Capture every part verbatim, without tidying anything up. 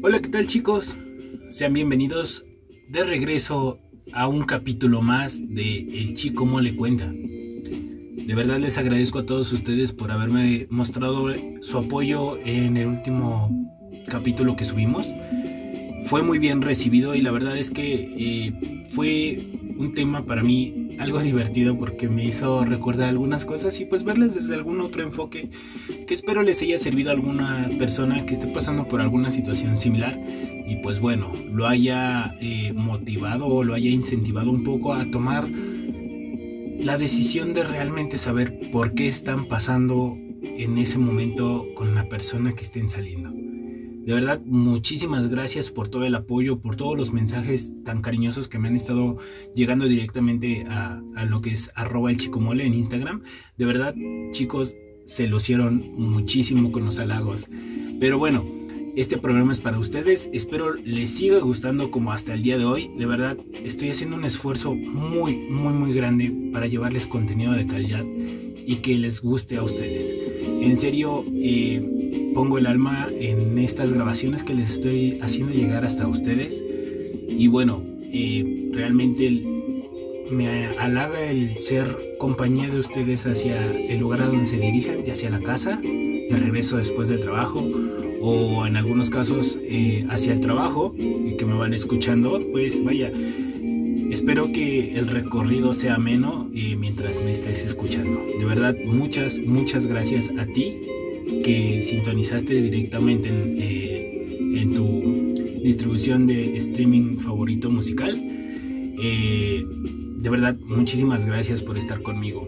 Hola, ¿qué tal, chicos? Sean bienvenidos de regreso a un capítulo más de El Chico Mole Cuenta. De verdad les agradezco a todos ustedes por haberme mostrado su apoyo en el último capítulo que subimos. Fue muy bien recibido y la verdad es que eh, fue un tema para mí algo divertido porque me hizo recordar algunas cosas y pues verles desde algún otro enfoque que espero les haya servido a alguna persona que esté pasando por alguna situación similar y pues bueno, lo haya eh, motivado o lo haya incentivado un poco a tomar la decisión de realmente saber por qué están pasando en ese momento con la persona que estén saliendo. De verdad, muchísimas gracias por todo el apoyo, por todos los mensajes tan cariñosos que me han estado llegando directamente a, a lo que es arroba el chico mole en Instagram. De verdad, chicos, se lucieron muchísimo con los halagos. Pero bueno, este programa es para ustedes. Espero les siga gustando como hasta el día de hoy. De verdad, estoy haciendo un esfuerzo muy, muy, muy grande para llevarles contenido de calidad y que les guste a ustedes. En serio, eh, pongo el alma en estas grabaciones que les estoy haciendo llegar hasta ustedes. Y bueno, eh, realmente el, me halaga el ser compañía de ustedes hacia el lugar a donde se dirijan, ya sea la casa, de regreso después del trabajo, o en algunos casos eh, hacia el trabajo, y que me van escuchando. Pues vaya, espero que el recorrido sea ameno eh, mientras me estés escuchando. De verdad, muchas, muchas gracias a ti que sintonizaste directamente en, eh, en tu distribución de streaming favorito musical. Eh, de verdad, muchísimas gracias por estar conmigo.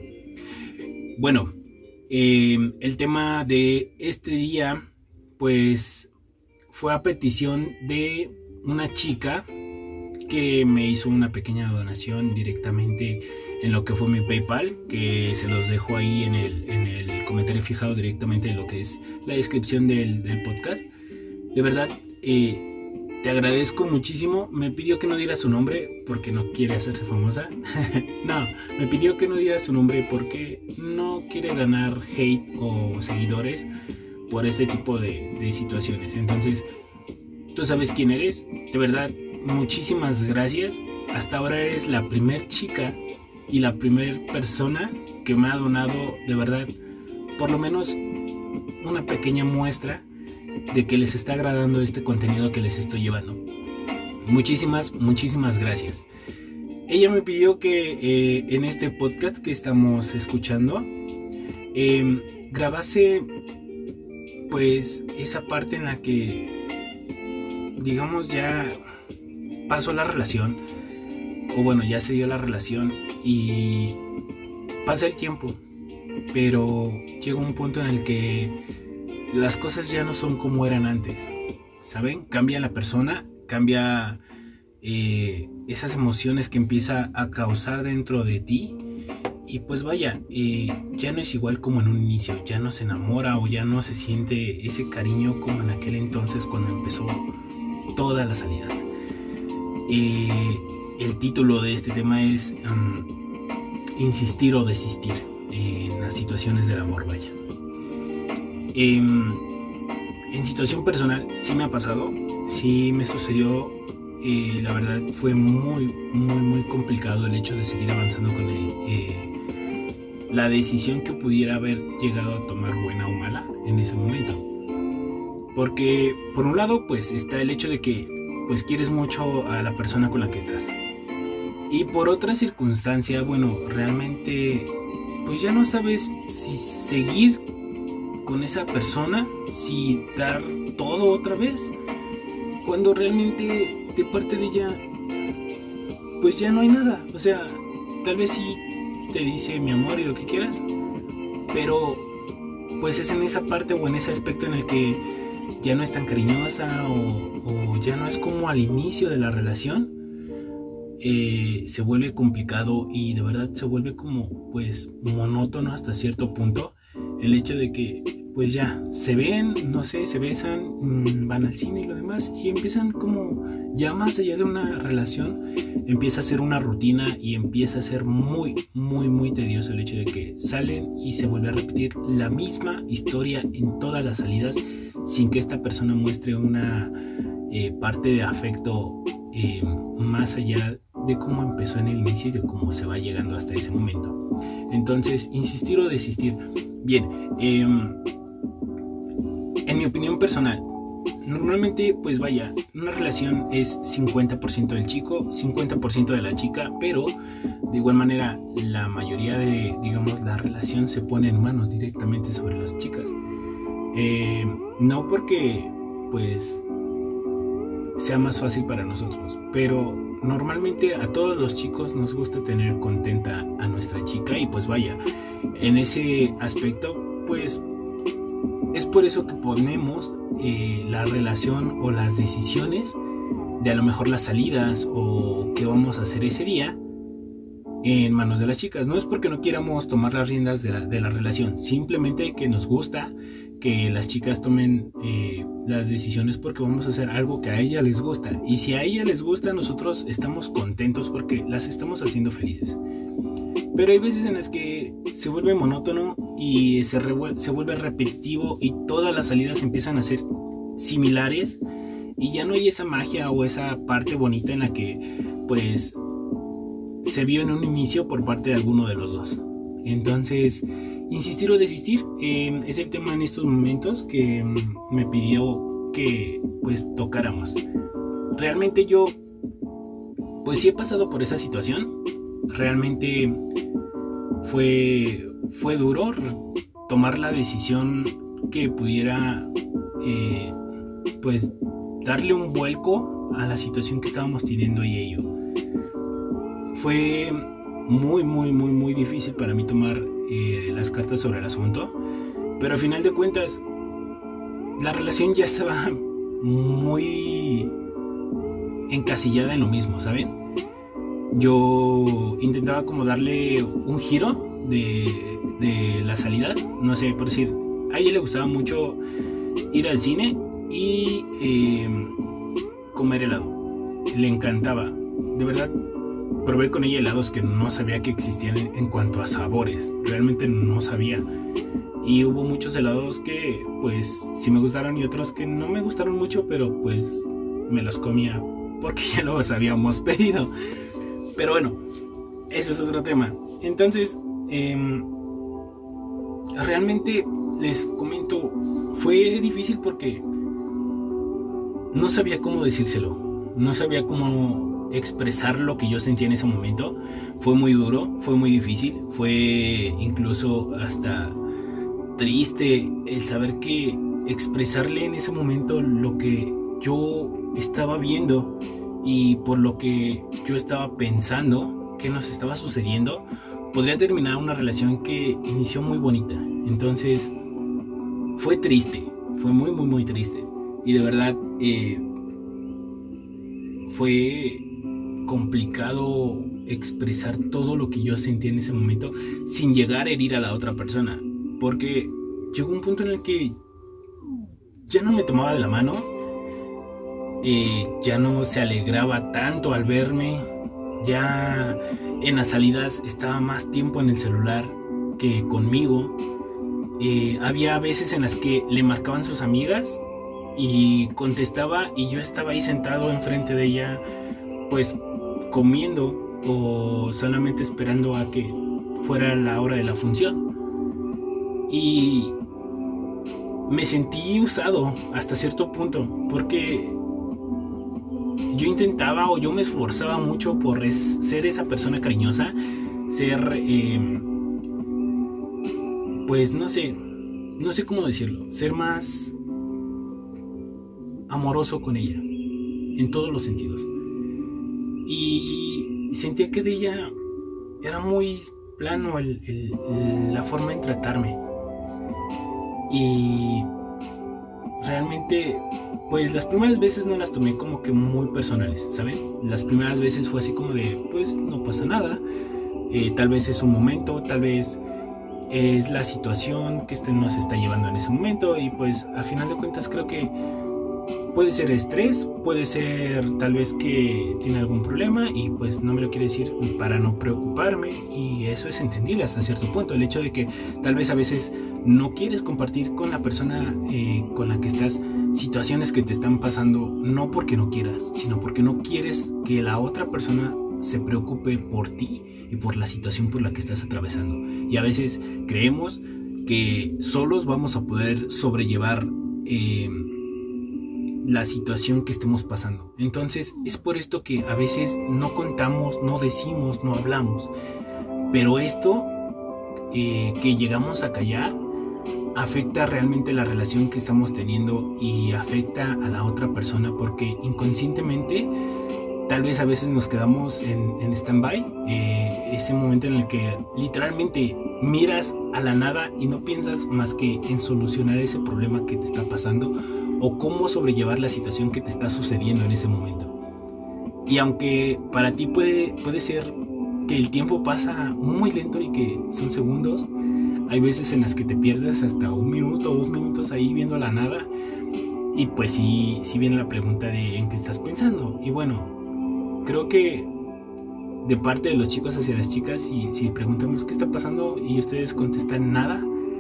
Bueno, eh, el tema de este día, pues, fue a petición de una chica que me hizo una pequeña donación directamente en lo que fue mi PayPal, que se los dejo ahí en el, en el comentario fijado directamente en lo que es la descripción del, del podcast. De verdad, eh, te agradezco muchísimo. Me pidió que no diera su nombre porque no quiere hacerse famosa. No, me pidió que no diera su nombre porque no quiere ganar hate o seguidores por este tipo de, de situaciones. Entonces, tú sabes quién eres. De verdad, muchísimas gracias. Hasta ahora eres la primer chica y la primer persona que me ha donado, de verdad, por lo menos una pequeña muestra de que les está agradando este contenido que les estoy llevando. Muchísimas, muchísimas gracias. Ella me pidió que eh, en este podcast que estamos escuchando eh, grabase pues esa parte en la que, digamos, ya pasó la relación, o bueno, ya se dio la relación y pasa el tiempo, pero llega un punto en el que las cosas ya no son como eran antes, ¿saben? Cambia la persona, cambia eh, esas emociones que empieza a causar dentro de ti. Y pues vaya, eh, ya no es igual como en un inicio, ya no se enamora o ya no se siente ese cariño como en aquel entonces cuando empezó todas las salidas. Eh, el título de este tema es um, Insistir o desistir en las situaciones del amor, vaya. Eh, en situación personal sí me ha pasado, sí me sucedió. Eh, la verdad fue muy, muy, muy complicado el hecho de seguir avanzando con él. Eh, la decisión que pudiera haber llegado a tomar, buena o mala, en ese momento. Porque, por un lado, pues está el hecho de que pues quieres mucho a la persona con la que estás. Y por otra circunstancia, bueno, realmente pues ya no sabes si seguir con esa persona, si dar todo otra vez, cuando realmente de parte de ella pues ya no hay nada. O sea, tal vez sí te dice mi amor y lo que quieras, pero pues es en esa parte o en ese aspecto en el que ya no es tan cariñosa o, o ya no es como al inicio de la relación. Eh, se vuelve complicado y de verdad se vuelve como pues monótono hasta cierto punto el hecho de que pues ya se ven, no sé, se besan, mmm, van al cine y lo demás, y empiezan como ya más allá de una relación, empieza a ser una rutina y empieza a ser muy, muy, muy tedioso el hecho de que salen y se vuelve a repetir la misma historia en todas las salidas sin que esta persona muestre una eh, parte de afecto eh, más allá de cómo empezó en el inicio y de cómo se va llegando hasta ese momento. Entonces, insistir o desistir. Bien, eh, en mi opinión personal, normalmente, pues vaya, una relación es cincuenta por ciento del chico, cincuenta por ciento de la chica, pero de igual manera la mayoría de, digamos, la relación se pone en manos directamente sobre las chicas. Eh, no porque, pues, sea más fácil para nosotros, pero normalmente a todos los chicos nos gusta tener contenta a nuestra chica y pues vaya, en ese aspecto, pues, es por eso que ponemos eh, la relación o las decisiones de a lo mejor las salidas o qué vamos a hacer ese día en manos de las chicas. No es porque no quieramos tomar las riendas de la, de la relación, simplemente que nos gusta que las chicas tomen eh, las decisiones porque vamos a hacer algo que a ella les gusta. Y si a ella les gusta, nosotros estamos contentos porque las estamos haciendo felices. Pero hay veces en las que se vuelve monótono y se, revuel- se vuelve repetitivo y todas las salidas empiezan a ser similares y ya no hay esa magia o esa parte bonita en la que pues se vio en un inicio por parte de alguno de los dos. Entonces, insistir o desistir eh, es el tema en estos momentos que mm, me pidió que pues tocáramos. Realmente yo pues sí he pasado por esa situación. Realmente fue, fue duro tomar la decisión que pudiera eh, pues darle un vuelco a la situación que estábamos teniendo ella y yo. Fue muy muy muy muy difícil para mí tomar eh, las cartas sobre el asunto, pero al final de cuentas la relación ya estaba muy encasillada en lo mismo, ¿saben? Yo intentaba como darle un giro de, de la salida, no sé, por decir, a ella le gustaba mucho ir al cine y eh, comer helado, le encantaba, de verdad. Probé con ella helados que no sabía que existían en, en cuanto a sabores, realmente no sabía. Y hubo muchos helados que pues sí me gustaron y otros que no me gustaron mucho, pero pues me los comía porque ya los habíamos pedido. Pero bueno, eso es otro tema. Entonces, eh, realmente les comento, fue difícil porque no sabía cómo decírselo, no sabía cómo expresar lo que yo sentía en ese momento. Fue muy duro, fue muy difícil, fue incluso hasta triste el saber que expresarle en ese momento lo que yo estaba viendo y por lo que yo estaba pensando que nos estaba sucediendo, podría terminar una relación que inició muy bonita. Entonces fue triste, fue muy muy muy triste y de verdad eh, fue complicado expresar todo lo que yo sentía en ese momento sin llegar a herir a la otra persona, porque llegó un punto en el que ya no me tomaba de la mano, eh, ya no se alegraba tanto al verme, ya en las salidas estaba más tiempo en el celular que conmigo. Eh, había veces en las que le marcaban sus amigas y contestaba y yo estaba ahí sentado enfrente de ella pues comiendo o solamente esperando a que fuera la hora de la función, y me sentí usado hasta cierto punto porque yo intentaba o yo me esforzaba mucho por es, ser esa persona cariñosa, ser eh, pues no sé no sé cómo decirlo, ser más amoroso con ella en todos los sentidos, y sentía que de ella era muy plano el, el, el, la forma en tratarme, y realmente pues las primeras veces no las tomé como que muy personales, ¿saben? Las primeras veces fue así como de pues no pasa nada, eh, tal vez es un momento, tal vez es la situación que este nos está llevando en ese momento, y pues a final de cuentas creo que puede ser estrés, puede ser tal vez que tiene algún problema y pues no me lo quiere decir para no preocuparme, y eso es entendible hasta cierto punto. El hecho de que tal vez a veces no quieres compartir con la persona eh, con la que estás situaciones que te están pasando, no porque no quieras, sino porque no quieres que la otra persona se preocupe por ti y por la situación por la que estás atravesando. Y a veces creemos que solos vamos a poder sobrellevar eh, la situación que estemos pasando. Entonces es por esto que a veces no contamos, no decimos, no hablamos. Pero esto eh, que llegamos a callar afecta realmente la relación que estamos teniendo y afecta a la otra persona, porque inconscientemente tal vez a veces nos quedamos en, en stand-by, eh, ese momento en el que literalmente miras a la nada y no piensas más que en solucionar ese problema que te está pasando o cómo sobrellevar la situación que te está sucediendo en ese momento. Y aunque para ti puede, puede ser que el tiempo pasa muy lento y que son segundos, hay veces en las que te pierdes hasta un minuto o dos minutos ahí viendo la nada, y pues sí, sí viene la pregunta de en qué estás pensando. Y bueno, creo que de parte de los chicos hacia las chicas, si, si preguntamos qué está pasando y ustedes contestan nada,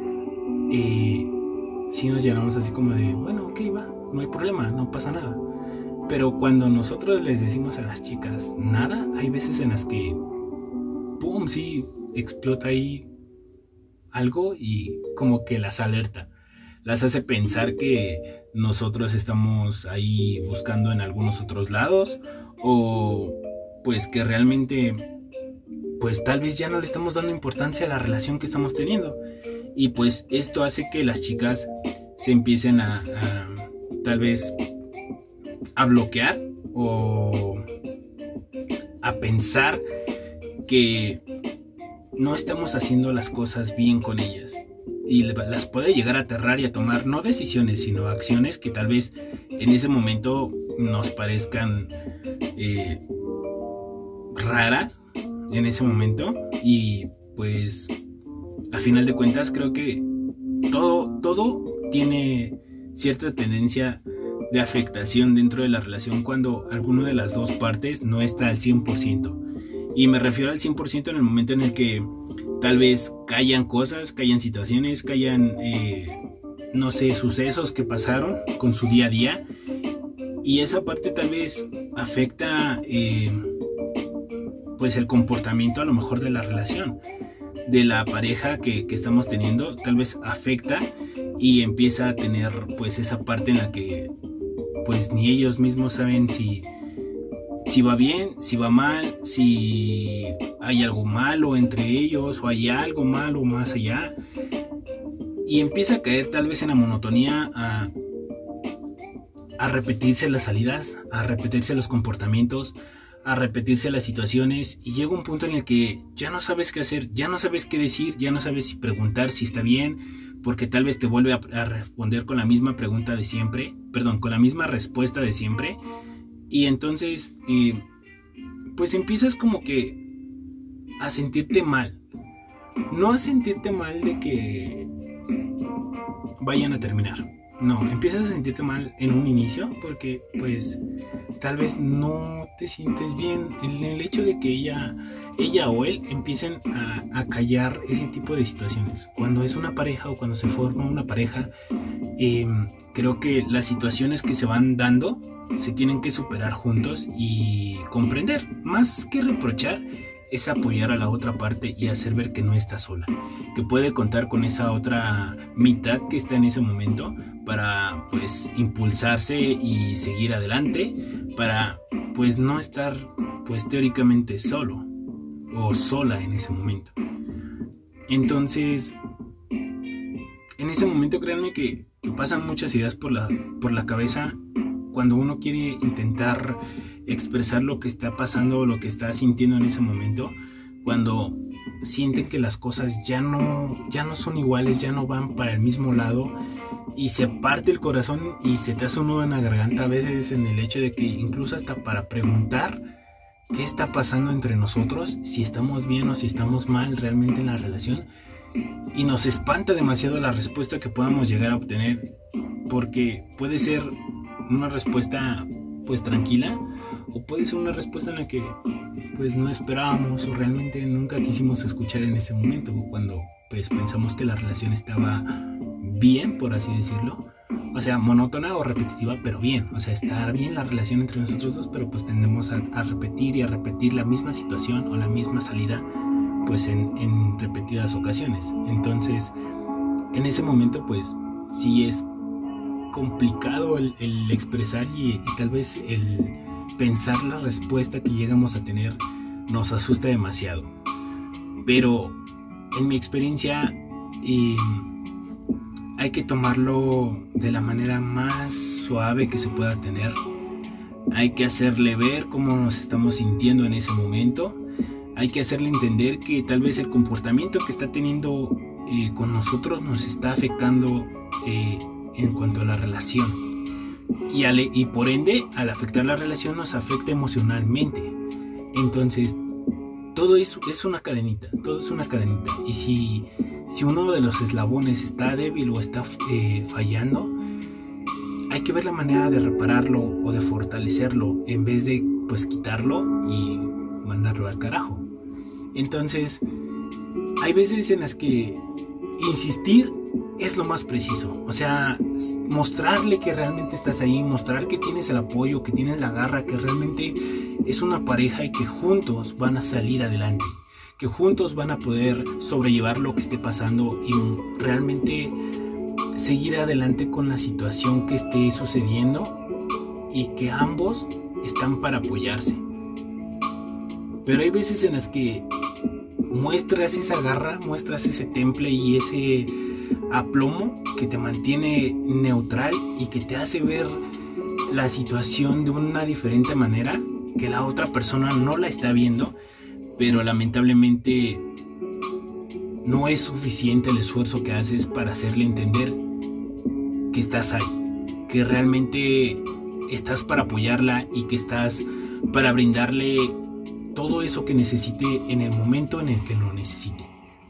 eh, sí nos llenamos así como de, bueno, ok, va, no hay problema, no pasa nada. Pero cuando nosotros les decimos a las chicas nada, hay veces en las que pum, sí, explota ahí algo y como que las alerta, las hace pensar que nosotros estamos ahí buscando en algunos otros lados, o pues que realmente pues tal vez ya no le estamos dando importancia a la relación que estamos teniendo. Y pues esto hace que las chicas se empiecen a, a tal vez a bloquear o a pensar que no estamos haciendo las cosas bien con ellas, y las puede llegar a aterrar y a tomar no decisiones sino acciones que tal vez en ese momento nos parezcan eh, raras en ese momento. Y pues a final de cuentas creo que todo, todo tiene cierta tendencia de afectación dentro de la relación cuando alguna de las dos partes no está al cien por ciento. Y me refiero al cien por ciento en el momento en el que tal vez callan cosas, callan situaciones, callan, eh, no sé, sucesos que pasaron con su día a día. Y esa parte tal vez afecta eh, pues el comportamiento a lo mejor de la relación, de la pareja que, que estamos teniendo. Tal vez afecta y empieza a tener pues esa parte en la que pues ni ellos mismos saben si... si va bien, si va mal, si hay algo malo entre ellos o hay algo malo más allá. Y empieza a caer tal vez en la monotonía, a, a repetirse las salidas, a repetirse los comportamientos, a repetirse las situaciones. Y llega un punto en el que ya no sabes qué hacer, ya no sabes qué decir, ya no sabes si preguntar si está bien, porque tal vez te vuelve a, a responder con la misma pregunta de siempre, perdón, con la misma respuesta de siempre. Y entonces, eh, pues empiezas como que a sentirte mal. No a sentirte mal de que vayan a terminar. No, empiezas a sentirte mal en un inicio porque pues tal vez no te sientes bien en el hecho de que ella, ella o él empiecen a, a callar ese tipo de situaciones. Cuando es una pareja o cuando se forma una pareja, eh, creo que las situaciones que se van dando se tienen que superar juntos y comprender. Más que reprochar, es apoyar a la otra parte y hacer ver que no está sola, que puede contar con esa otra mitad que está en ese momento para pues impulsarse y seguir adelante, para pues no estar pues teóricamente solo o sola en ese momento. Entonces en ese momento créanme que, que pasan muchas ideas por la, por la cabeza cuando uno quiere intentar expresar lo que está pasando o lo que está sintiendo en ese momento, cuando sienten que las cosas ya no, ya no son iguales, ya no van para el mismo lado y se parte el corazón y se te hace un nudo en la garganta a veces, en el hecho de que incluso hasta para preguntar qué está pasando entre nosotros, si estamos bien o si estamos mal realmente en la relación, y nos espanta demasiado la respuesta que podamos llegar a obtener, porque puede ser una respuesta pues tranquila, o puede ser una respuesta en la que pues no esperábamos o realmente nunca quisimos escuchar en ese momento, cuando pues pensamos que la relación estaba bien, por así decirlo, o sea, monótona o repetitiva, pero bien, o sea, está bien la relación entre nosotros dos, pero pues tendemos a, a repetir y a repetir la misma situación o la misma salida pues en, en repetidas ocasiones. Entonces en ese momento pues sí es complicado el, el expresar y, y tal vez el pensar la respuesta que llegamos a tener nos asusta demasiado, pero en mi experiencia eh, hay que tomarlo de la manera más suave que se pueda tener. Hay que hacerle ver cómo nos estamos sintiendo en ese momento. Hay que hacerle entender que tal vez el comportamiento que está teniendo eh, con nosotros nos está afectando eh, en cuanto a la relación. Y, al, y por ende, al afectar la relación nos afecta emocionalmente. Entonces, todo eso es una cadenita, todo es una cadenita. Y si, si uno de los eslabones está débil o está eh, fallando, hay que ver la manera de repararlo o de fortalecerlo en vez de pues quitarlo y mandarlo al carajo. Entonces, hay veces en las que insistir es lo más preciso. O sea, mostrarle que realmente estás ahí, mostrar que tienes el apoyo, que tienes la garra, que realmente es una pareja y que juntos van a salir adelante, que juntos van a poder sobrellevar lo que esté pasando y realmente seguir adelante con la situación que esté sucediendo, y que ambos están para apoyarse. Pero hay veces en las que muestras esa garra, muestras ese temple y ese aplomo que te mantiene neutral y que te hace ver la situación de una diferente manera, que la otra persona no la está viendo, pero lamentablemente no es suficiente el esfuerzo que haces para hacerle entender que estás ahí, que realmente estás para apoyarla y que estás para brindarle todo eso que necesite en el momento en el que lo necesite.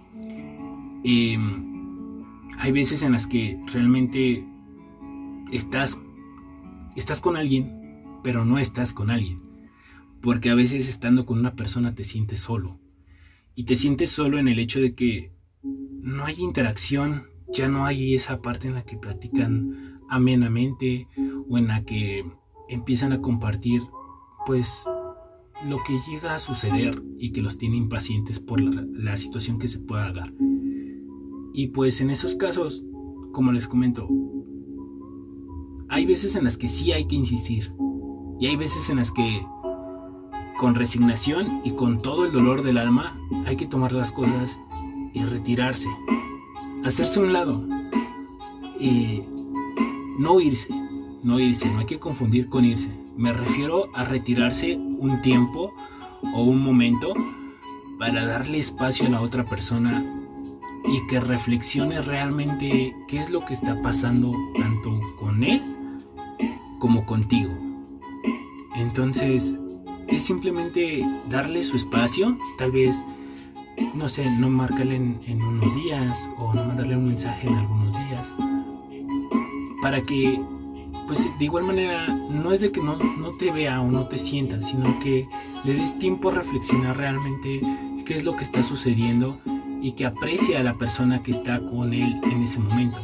Eh, hay veces en las que realmente estás, estás con alguien, pero no estás con alguien, porque a veces estando con una persona te sientes solo, y te sientes solo en el hecho de que no hay interacción, ya no hay esa parte en la que platican amenamente o en la que empiezan a compartir pues lo que llega a suceder y que los tiene impacientes por la, la situación que se pueda dar. Y pues en esos casos, como les comento, hay veces en las que sí hay que insistir, y hay veces en las que con resignación y con todo el dolor del alma hay que tomar las cosas y retirarse, hacerse a un lado, y no irse, no irse, no hay que confundir con irse. Me refiero a retirarse un tiempo o un momento para darle espacio a la otra persona y que reflexione realmente qué es lo que está pasando tanto con él como contigo. Entonces es simplemente darle su espacio, tal vez, no sé, no marcarle en, en unos días o no mandarle un mensaje en algunos días, para que pues de igual manera no es de que no, no te vea o no te sienta, sino que le des tiempo a reflexionar realmente qué es lo que está sucediendo y que aprecie a la persona que está con él en ese momento.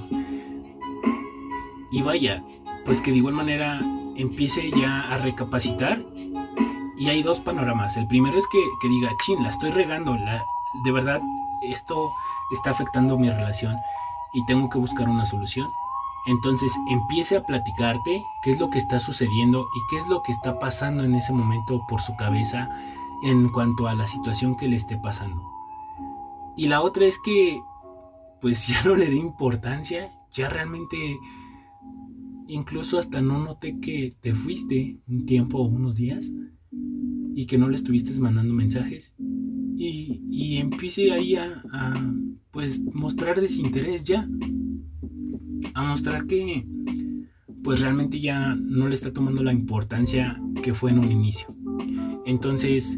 Y vaya, pues que de igual manera empiece ya a recapacitar. Y hay dos panoramas. El primero es que, que diga, chin, la estoy regando, la, de verdad esto está afectando mi relación y tengo que buscar una solución. Entonces empiece a platicarte qué es lo que está sucediendo y qué es lo que está pasando en ese momento por su cabeza en cuanto a la situación que le esté pasando. Y la otra es que pues ya no le dé importancia, ya realmente incluso hasta no noté que te fuiste un tiempo o unos días y que no le estuviste mandando mensajes, y, y empiece ahí a, a pues mostrar desinterés ya, a mostrar que pues realmente ya no le está tomando la importancia que fue en un inicio. Entonces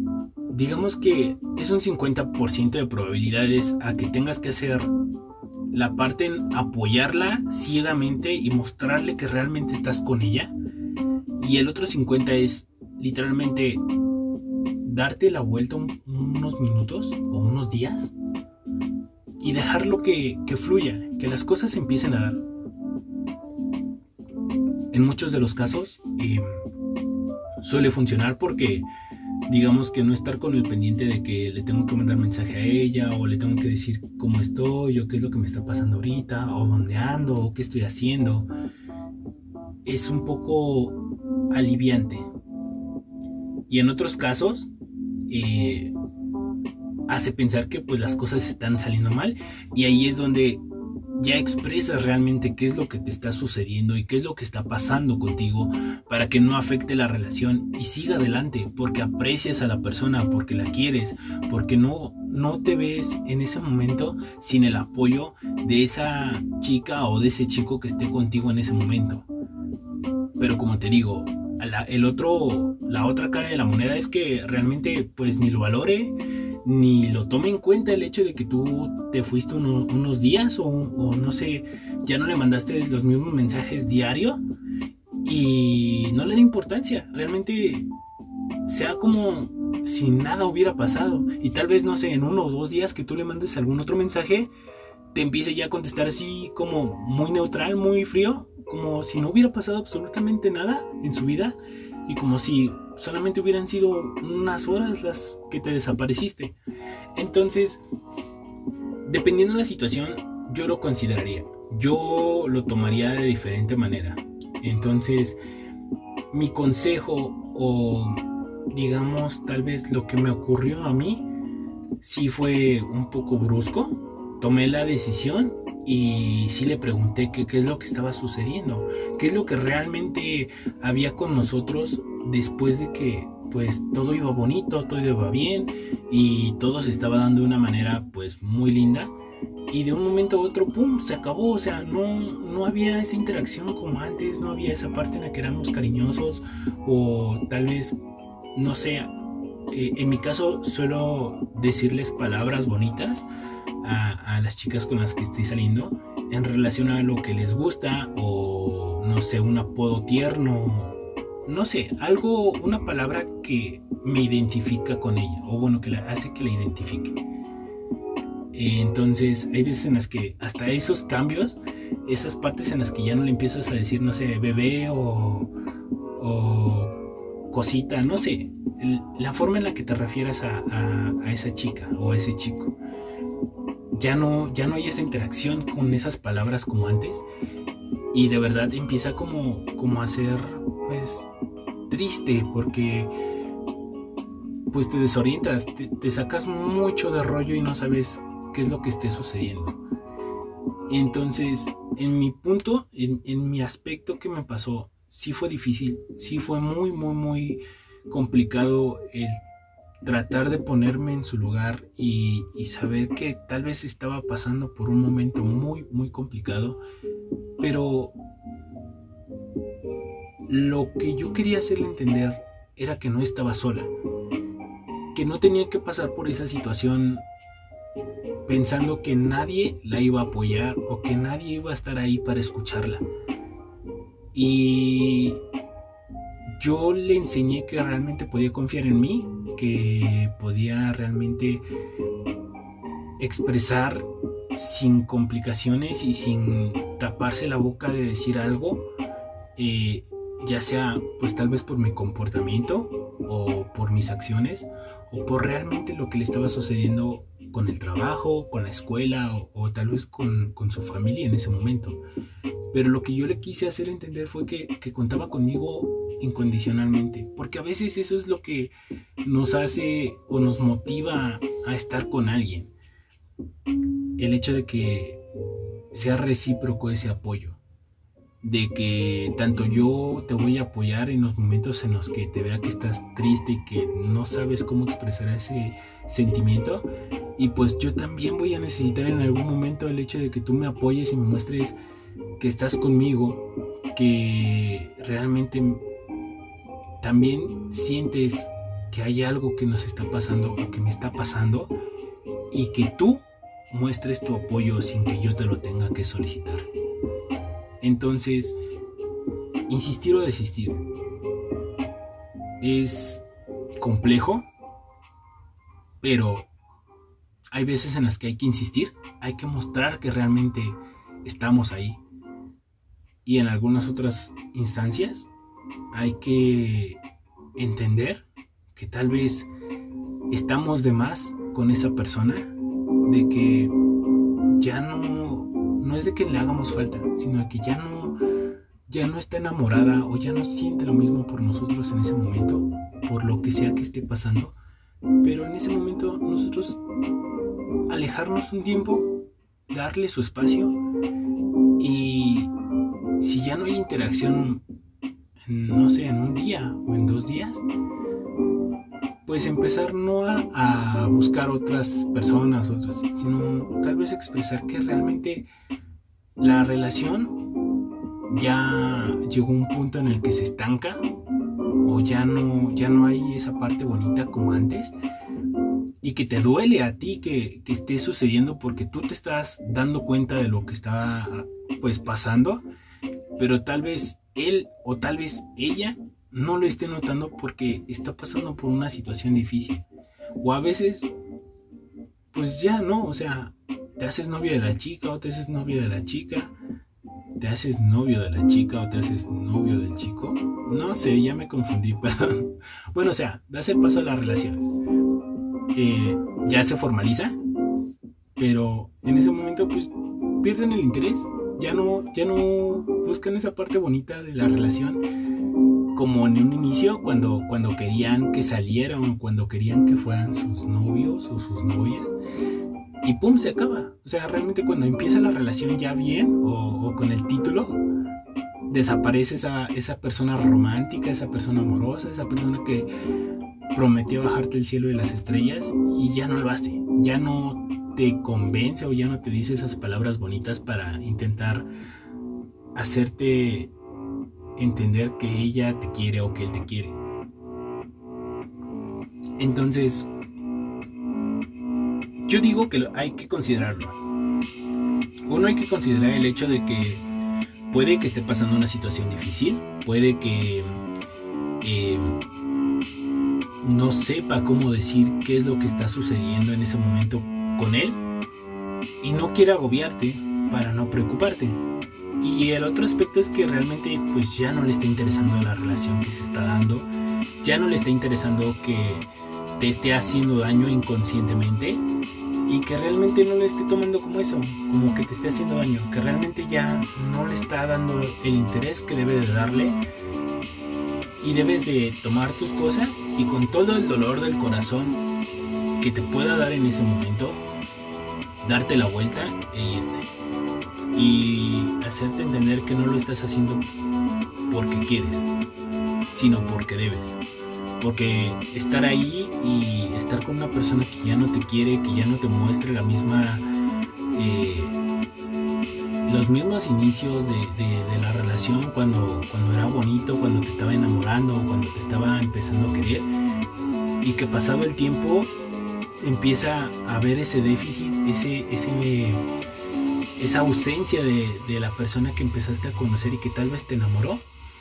digamos que es un cincuenta por ciento de probabilidades a que tengas que hacer la parte en apoyarla ciegamente y mostrarle que realmente estás con ella. Y el otro cincuenta es literalmente darte la vuelta un, unos minutos o unos días y dejarlo que, que fluya, que las cosas empiecen a dar. En muchos de los casos eh, suele funcionar porque digamos que no estar con el pendiente de que le tengo que mandar mensaje a ella o le tengo que decir cómo estoy o qué es lo que me está pasando ahorita o dónde ando o qué estoy haciendo, es un poco aliviante. Y en otros casos eh, hace pensar que pues las cosas están saliendo mal, y ahí es donde ya expresas realmente qué es lo que te está sucediendo y qué es lo que está pasando contigo para que no afecte la relación y siga adelante, porque aprecias a la persona, porque la quieres, porque no, no te ves en ese momento sin el apoyo de esa chica o de ese chico que esté contigo en ese momento. Pero como te digo, la, el otro, la otra cara de la moneda es que realmente pues ni lo valore, ni lo tome en cuenta el hecho de que tú te fuiste uno, unos días o, o no sé, ya no le mandaste los mismos mensajes diario y no le da importancia. Realmente sea como si nada hubiera pasado, y tal vez, no sé, en uno o dos días que tú le mandes algún otro mensaje, te empiece ya a contestar así como muy neutral, muy frío, como si no hubiera pasado absolutamente nada en su vida y como si solamente hubieran sido unas horas las que te desapareciste. Entonces, dependiendo de la situación, yo lo consideraría, yo lo tomaría de diferente manera. Entonces, mi consejo, o digamos tal vez lo que me ocurrió a mí, sí fue un poco brusco. Tomé la decisión y sí le pregunté qué, qué es lo que estaba sucediendo, qué es lo que realmente había con nosotros después de que pues todo iba bonito, todo iba bien y todo se estaba dando de una manera pues muy linda, y de un momento a otro pum, se acabó. O sea, no, no había esa interacción como antes, no había esa parte en la que éramos cariñosos, o tal vez, no sé, eh, en mi caso suelo decirles palabras bonitas A, a las chicas con las que estoy saliendo en relación a lo que les gusta, o no sé, un apodo tierno, no sé, algo, una palabra que me identifica con ella, o bueno, que la hace que la identifique. Entonces hay veces en las que hasta esos cambios, esas partes en las que ya no le empiezas a decir, no sé, bebé o, o cosita, no sé, la forma en la que te refieras a, a, a esa chica o a ese chico, ya no, ya no hay esa interacción con esas palabras como antes, y de verdad empieza como, como a ser pues triste, porque pues te desorientas, te, te sacas mucho de rollo y no sabes qué es lo que esté sucediendo. Entonces, en mi punto, en, en mi aspecto que me pasó, sí fue difícil, sí fue muy, muy, muy complicado el tratar de ponerme en su lugar y, y saber que tal vez estaba pasando por un momento muy, muy complicado, pero lo que yo quería hacerle entender era que no estaba sola, que no tenía que pasar por esa situación pensando que nadie la iba a apoyar o que nadie iba a estar ahí para escucharla. Y yo le enseñé que realmente podía confiar en mí, que podía realmente expresar sin complicaciones y sin taparse la boca de decir algo, eh, ya sea pues tal vez por mi comportamiento o por mis acciones o por realmente lo que le estaba sucediendo con el trabajo, con la escuela o, o tal vez con, con su familia en ese momento. Pero lo que yo le quise hacer entender fue que, que contaba conmigo incondicionalmente, porque a veces eso es lo que nos hace o nos motiva a estar con alguien, el hecho de que sea recíproco ese apoyo, de que tanto yo te voy a apoyar en los momentos en los que te vea que estás triste y que no sabes cómo expresar ese sentimiento, y pues yo también voy a necesitar en algún momento el hecho de que tú me apoyes y me muestres que estás conmigo, que realmente también sientes que hay algo que nos está pasando o que me está pasando, y que tú muestres tu apoyo sin que yo te lo tenga que solicitar. Entonces, insistir o desistir es complejo, pero hay veces en las que hay que insistir, hay que mostrar que realmente estamos ahí. Y en algunas otras instancias hay que entender que tal vez estamos de más con esa persona, de que ya no, no es de que le hagamos falta, sino de que ya no, ya no está enamorada o ya no siente lo mismo por nosotros en ese momento, por lo que sea que esté pasando. Pero en ese momento nosotros alejarnos un tiempo, darle su espacio, y si ya no hay interacción, no sé, en un día o en dos días, pues empezar no a, a buscar otras personas, otras, sino tal vez expresar que realmente la relación ya llegó a un punto en el que se estanca, o ya no, ya no hay esa parte bonita como antes, y que te duele a ti que, que esté sucediendo, porque tú te estás dando cuenta de lo que está pues pasando, pero tal vez él o tal vez ella no lo esté notando porque está pasando por una situación difícil. O a veces pues ya no, o sea, te haces novio de la chica o te haces novio de la chica, te haces novio de la chica o te haces novio del chico, no sé, ya me confundí, perdón. Bueno, o sea, das el paso a la relación, eh, ya se formaliza, pero en ese momento pues pierden el interés, ya no, ya no buscan esa parte bonita de la relación como en un inicio, cuando, cuando querían que salieran, cuando querían que fueran sus novios o sus novias, y pum, se acaba. O sea, realmente cuando empieza la relación ya bien o, o con el título, desaparece esa, esa persona romántica, esa persona amorosa, esa persona que prometió bajarte el cielo y las estrellas, y ya no lo hace, ya no te convence o ya no te dice esas palabras bonitas para intentar hacerte entender que ella te quiere o que él te quiere. Entonces, yo digo que hay que considerarlo. Uno, hay que considerar el hecho de que puede que esté pasando una situación difícil, puede que eh, no sepa cómo decir qué es lo que está sucediendo en ese momento con él, y no quiere agobiarte para no preocuparte. Y el otro aspecto es que realmente pues ya no le está interesando la relación que se está dando, ya no le está interesando que te esté haciendo daño inconscientemente, y que realmente no le esté tomando como eso, como que te esté haciendo daño, que realmente ya no le está dando el interés que debe de darle, y debes de tomar tus cosas y con todo el dolor del corazón que te pueda dar en ese momento, darte la vuelta e irte, y hacerte entender que no lo estás haciendo porque quieres, sino porque debes. Porque estar ahí y estar con una persona que ya no te quiere, que ya no te muestre la misma eh, los mismos inicios de, de, de la relación, cuando, cuando era bonito, cuando te estaba enamorando, cuando te estaba empezando a querer, y que pasado el tiempo empieza a haber ese déficit, ese, ese, esa ausencia de, de la persona que empezaste a conocer y que tal vez te enamoró.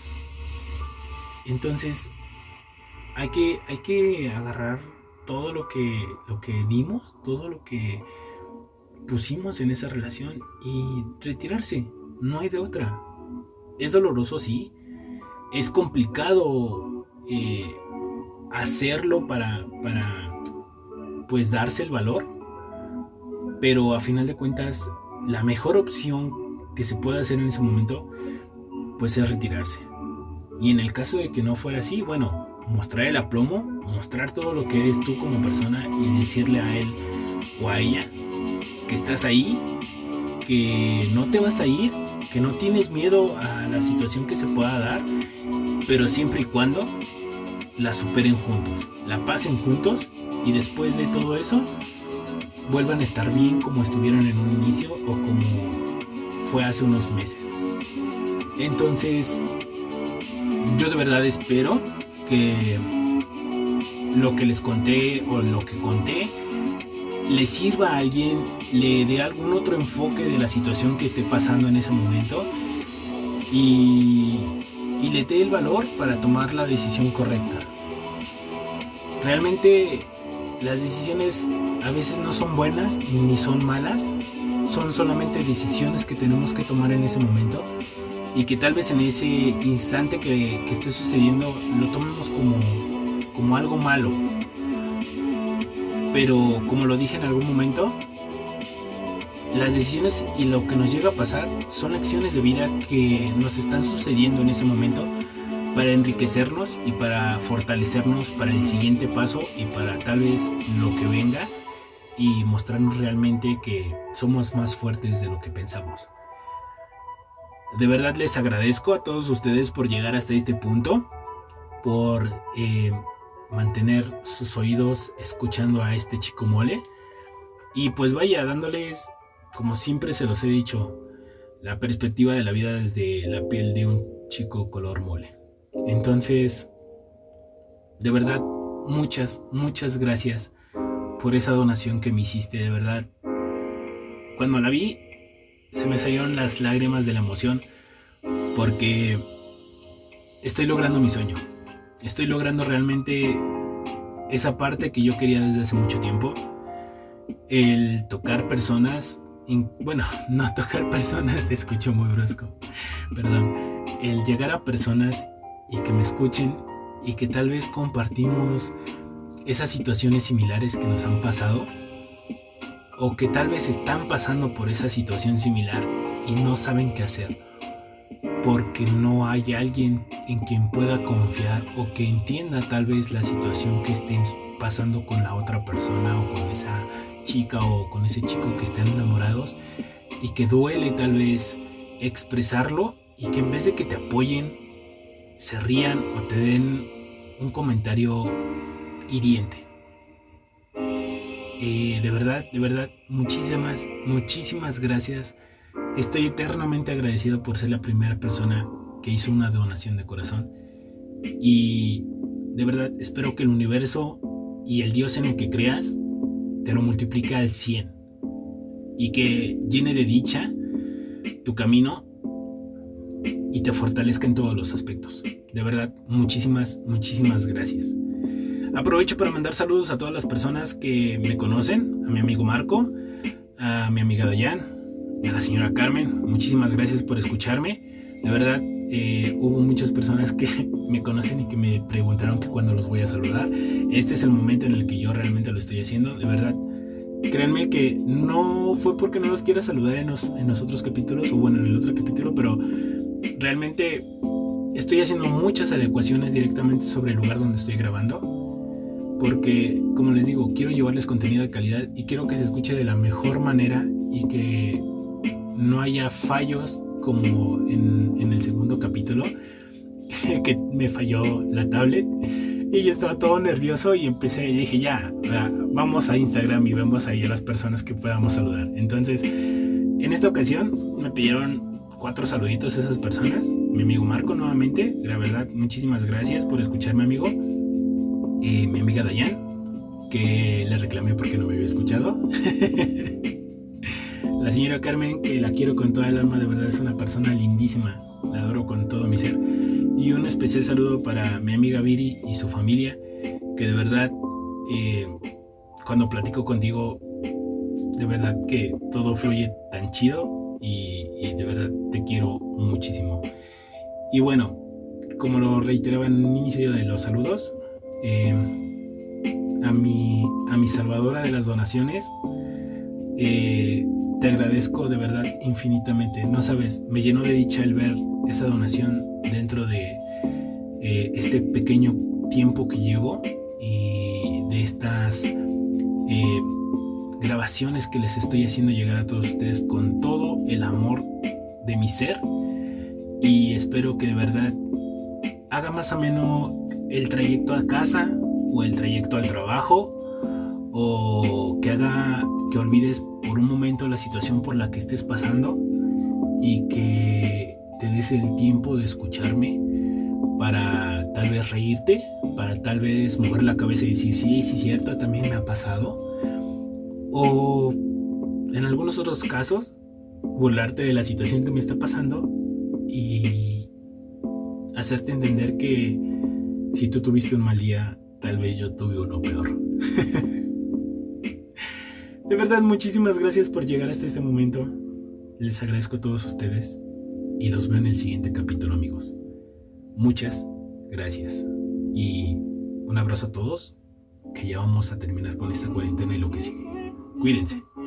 Entonces hay que, hay que agarrar todo lo que, lo que dimos, todo lo que pusimos en esa relación y retirarse. No hay de otra. Es doloroso, sí. Es complicado eh, hacerlo para, para pues darse el valor, pero a final de cuentas la mejor opción que se puede hacer en ese momento pues es retirarse. Y en el caso de que no fuera así, bueno, mostrar el aplomo, mostrar todo lo que eres tú como persona y decirle a él o a ella que estás ahí, que no te vas a ir, que no tienes miedo a la situación que se pueda dar, pero siempre y cuando la superen juntos, la pasen juntos, y después de todo eso vuelvan a estar bien como estuvieron en un inicio o como fue hace unos meses. Entonces yo de verdad espero que lo que les conté o lo que conté le sirva a alguien, le dé algún otro enfoque de la situación que esté pasando en ese momento y, y le dé el valor para tomar la decisión correcta. Realmente las decisiones a veces no son buenas ni son malas, son solamente decisiones que tenemos que tomar en ese momento y que tal vez en ese instante que, que esté sucediendo lo tomemos como, como algo malo. Pero como lo dije en algún momento, las decisiones y lo que nos llega a pasar son acciones de vida que nos están sucediendo en ese momento para enriquecernos y para fortalecernos para el siguiente paso y para tal vez lo que venga y mostrarnos realmente que somos más fuertes de lo que pensamos. De verdad les agradezco a todos ustedes por llegar hasta este punto, por eh, mantener sus oídos escuchando a este chico mole y pues vaya dándoles, como siempre se los he dicho, la perspectiva de la vida desde la piel de un chico color mole. Entonces, de verdad, muchas, muchas gracias por esa donación que me hiciste, de verdad. Cuando la vi, se me salieron las lágrimas de la emoción, porque estoy logrando mi sueño. Estoy logrando realmente esa parte que yo quería desde hace mucho tiempo. El tocar personas, bueno, no tocar personas, se escuchó muy brusco, perdón. El llegar a personas y que me escuchen y que tal vez compartimos esas situaciones similares que nos han pasado o que tal vez están pasando por esa situación similar y no saben qué hacer porque no hay alguien en quien pueda confiar o que entienda tal vez la situación que estén pasando con la otra persona o con esa chica o con ese chico que están enamorados y que duele tal vez expresarlo y que en vez de que te apoyen se rían o te den un comentario hiriente. Eh, de verdad, de verdad, muchísimas, muchísimas gracias. Estoy eternamente agradecido por ser la primera persona que hizo una donación de corazón. Y de verdad, espero que el universo y el Dios en el que creas te lo multiplique al cien. Y que llene de dicha tu camino y te fortalezca en todos los aspectos. De verdad, muchísimas, muchísimas gracias. Aprovecho para mandar saludos a todas las personas que me conocen, a mi amigo Marco, a mi amiga Dayan, a la señora Carmen. Muchísimas gracias por escucharme. De verdad, eh, hubo muchas personas que me conocen y que me preguntaron que cuándo los voy a saludar. Este es el momento en el que yo realmente lo estoy haciendo. De verdad, créanme que no fue porque no los quiera saludar en los, en los otros capítulos, o bueno, en el otro capítulo, pero realmente estoy haciendo muchas adecuaciones directamente sobre el lugar donde estoy grabando, porque, como les digo, quiero llevarles contenido de calidad y quiero que se escuche de la mejor manera y que no haya fallos como en, en el segundo capítulo, que me falló la tablet y yo estaba todo nervioso y empecé y dije ya, vamos a Instagram y vamos ahí a las personas que podamos saludar. Entonces, en esta ocasión me pidieron cuatro saluditos a esas personas. Mi amigo Marco nuevamente, la verdad, muchísimas gracias por escucharme, amigo. Eh, mi amiga Dayan, que le reclamé porque no me había escuchado. La señora Carmen, que la quiero con toda el alma, de verdad es una persona lindísima, la adoro con todo mi ser. Y un especial saludo para mi amiga Viri y su familia, que de verdad, eh, cuando platico contigo, de verdad que todo fluye tan chido y, y de verdad te quiero muchísimo. Y bueno, como lo reiteraba en un inicio de los saludos, eh, a mi, a mi salvadora de las donaciones, eh, te agradezco de verdad infinitamente. No sabes, me llenó de dicha el ver esa donación dentro de eh, este pequeño tiempo que llevo y de estas eh, grabaciones que les estoy haciendo llegar a todos ustedes con todo el amor de mi ser, y espero que de verdad haga más ameno el trayecto a casa o el trayecto al trabajo, o que haga que olvides por un momento la situación por la que estés pasando y que te des el tiempo de escucharme para tal vez reírte, para tal vez mover la cabeza y decir sí, sí, cierto, también me ha pasado, o en algunos otros casos burlarte de la situación que me está pasando y hacerte entender que si tú tuviste un mal día, tal vez yo tuve uno peor. De verdad, muchísimas gracias por llegar hasta este momento. Les agradezco a todos ustedes y los veo en el siguiente capítulo, amigos. Muchas gracias y un abrazo a todos, que ya vamos a terminar con esta cuarentena y lo que sigue. Cuídense.